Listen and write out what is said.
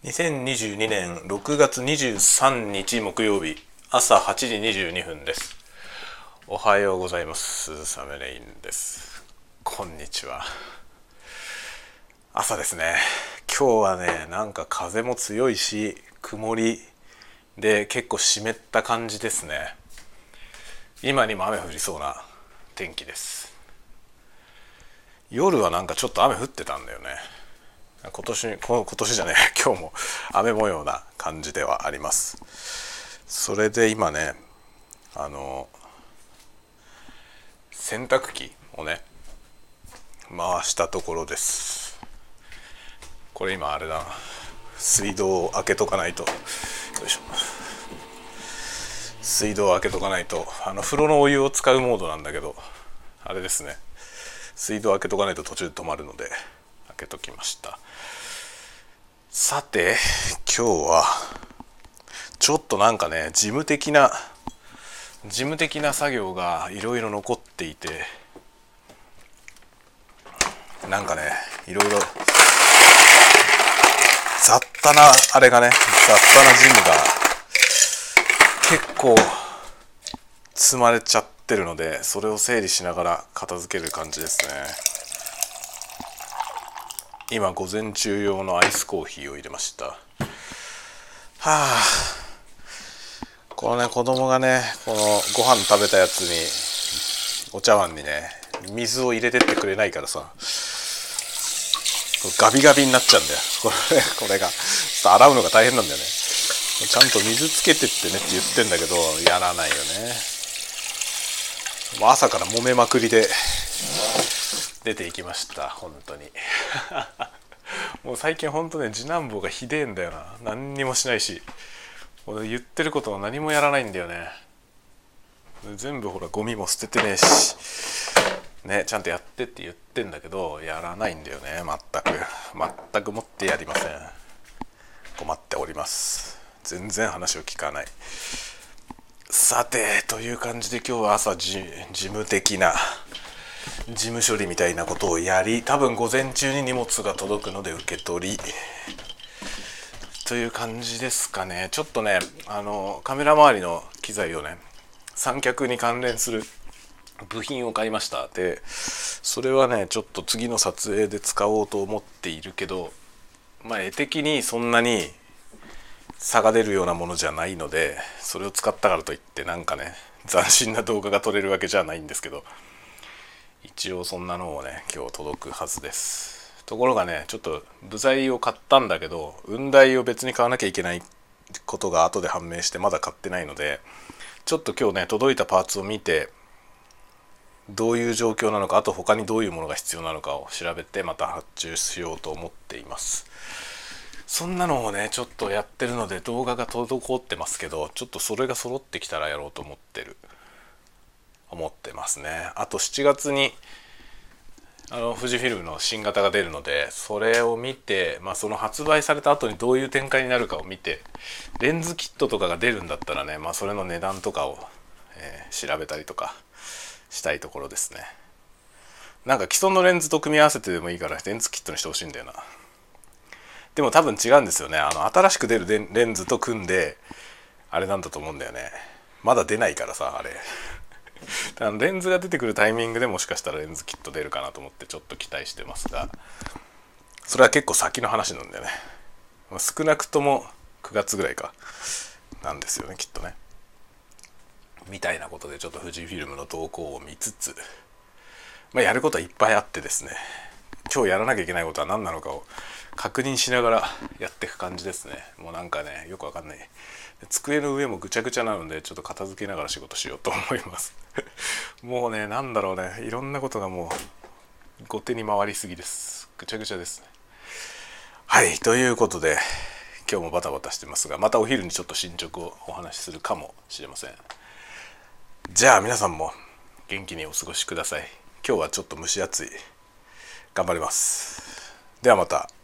2022年6月23日木曜日朝8時22分です。おはようございます。サメレインです。こんにちは。朝ですね。今日はね、なんか風も強いし曇りで結構湿った感じですね。今にも雨降りそうな天気です。夜はなんかちょっと雨降ってたんだよね。今年じゃねえ今日も雨模様な感じではあります。それで今ね、洗濯機をね回したところです。これ今あれだな、水道を開けとかないと、よいしょ、水道を開けとかないと風呂のお湯を使うモードなんだけど、あれですね、水道を開けとかないと途中で止まるので開けときました。さて今日はちょっとなんかね、事務的な作業がいろいろ残っていて、なんかね、いろいろ雑多な事務が結構積まれちゃってるので、それを整理しながら片付ける感じですね。今午前中用のアイスコーヒーを入れました。このね、子供がね、このご飯食べたやつにお茶碗にね水を入れてってくれないからさ、ガビガビになっちゃうんだよ。これが洗うのが大変なんだよね。ちゃんと水つけてってねって言ってんだけど、やらないよね。もう朝から揉めまくりで出ていきました。本当にもう最近本当ね、次男坊がひでえんだよな。何にもしないし、俺言ってることは何もやらないんだよね。全部ほらゴミも捨ててねえしね、ちゃんとやってって言ってんだけど、やらないんだよね。全くもってやりません。困っております。全然話を聞かない。さてという感じで、今日は朝事務的な事務処理みたいなことをやり、多分午前中に荷物が届くので受け取りという感じですかね。ちょっとね、カメラ周りの機材をね、三脚に関連する部品を買いました。でそれはね、ちょっと次の撮影で使おうと思っているけど、絵的にそんなに差が出るようなものじゃないので、それを使ったからといってなんかね、斬新な動画が撮れるわけじゃないんですけど、一応そんなのをね今日届くはずです。ところがね、ちょっと部材を買ったんだけど、雲台を別に買わなきゃいけないことが後で判明してまだ買ってないので、ちょっと今日ね届いたパーツを見て、どういう状況なのか、あと他にどういうものが必要なのかを調べてまた発注しようと思っています。そんなのをねちょっとやってるので動画が滞ってますけど、ちょっとそれが揃ってきたらやろうと思ってますね。あと7月に富士フィルムの新型が出るので、それを見て、その発売された後にどういう展開になるかを見て、レンズキットとかが出るんだったらね、それの値段とかを、調べたりとかしたいところですね。なんか既存のレンズと組み合わせてでもいいからレンズキットにしてほしいんだよな。でも多分違うんですよね。新しく出るレンズと組んであれなんだと思うんだよね。まだ出ないからさ、あれレンズが出てくるタイミングでもしかしたらレンズキット出るかなと思ってちょっと期待してますが、それは結構先の話なんだよね。少なくとも9月ぐらいかなんですよね、きっとね。みたいなことで、ちょっと富士フィルムの動向を見つつ、やることはいっぱいあってですね、今日やらなきゃいけないことは何なのかを確認しながらやっていく感じですね。もうなんかね、よくわかんない。机の上もぐちゃぐちゃなので、ちょっと片付けながら仕事しようと思いますもうね、なんだろうね、いろんなことがもう後手に回りすぎです。ぐちゃぐちゃですね。はい、ということで今日もバタバタしてますが、またお昼にちょっと進捗をお話しするかもしれません。じゃあ皆さんも元気にお過ごしください。今日はちょっと蒸し暑い。頑張ります。ではまた。